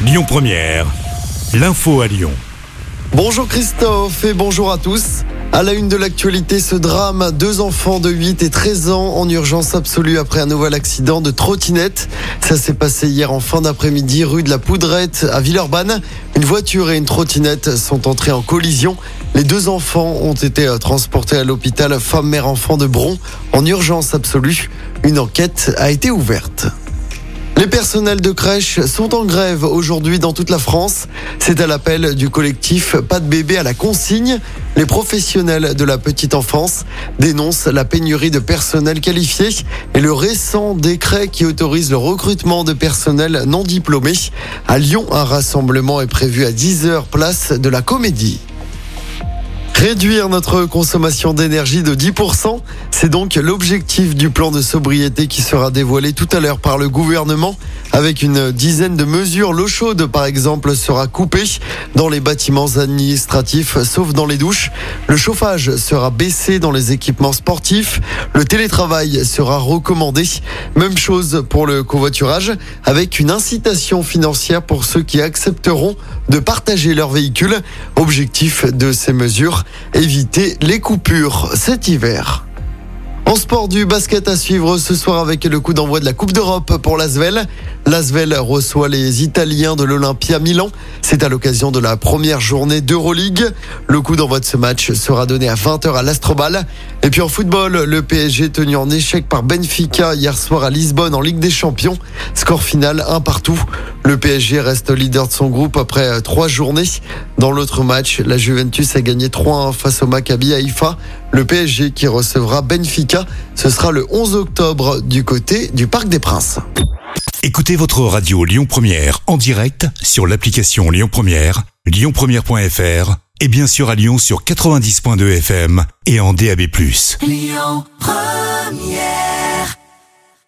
Lyon Première, l'info à Lyon. Bonjour Christophe et bonjour à tous. À la une de l'actualité, ce drame, 2 enfants de 8 et 13 ans en urgence absolue après un nouvel accident de trottinette. Ça s'est passé hier en fin d'après-midi, rue de la Poudrette à Villeurbanne. Une voiture et une trottinette sont entrées en collision. Les 2 enfants ont été transportés à l'hôpital femme-mère-enfant de Bron en urgence absolue. Une enquête a été ouverte. Les personnels de crèche sont en grève aujourd'hui dans toute la France. C'est à l'appel du collectif Pas de bébé à la consigne. Les professionnels de la petite enfance dénoncent la pénurie de personnel qualifié et le récent décret qui autorise le recrutement de personnel non diplômé. À Lyon, un rassemblement est prévu à 10h place de la Comédie. Réduire notre consommation d'énergie de 10%, c'est donc l'objectif du plan de sobriété qui sera dévoilé tout à l'heure par le gouvernement. Avec une dizaine de mesures, l'eau chaude par exemple sera coupée dans les bâtiments administratifs sauf dans les douches. Le chauffage sera baissé dans les équipements sportifs. Le télétravail sera recommandé. Même chose pour le covoiturage avec une incitation financière pour ceux qui accepteront de partager leur véhicule. Objectif de ces mesures, éviter les coupures cet hiver. En sport, du basket à suivre ce soir avec le coup d'envoi de la Coupe d'Europe pour l'Asvel. L'Asvel reçoit les Italiens de l'Olympia Milan. C'est à l'occasion de la première journée d'Euroleague. Le coup d'envoi de ce match sera donné à 20h à l'Astrobal. Et puis en football, le PSG tenu en échec par Benfica hier soir à Lisbonne en Ligue des Champions. Score final 1-1. Le PSG reste leader de son groupe après 3 journées. Dans l'autre match, la Juventus a gagné 3-1 face au Maccabi Haïfa. Le PSG qui recevra Benfica, ce sera le 11 octobre du côté du Parc des Princes. Écoutez votre radio Lyon Première en direct sur l'application Lyon Première, lyonpremière.fr et bien sûr à Lyon sur 90.2 FM et en DAB+. Lyon Première.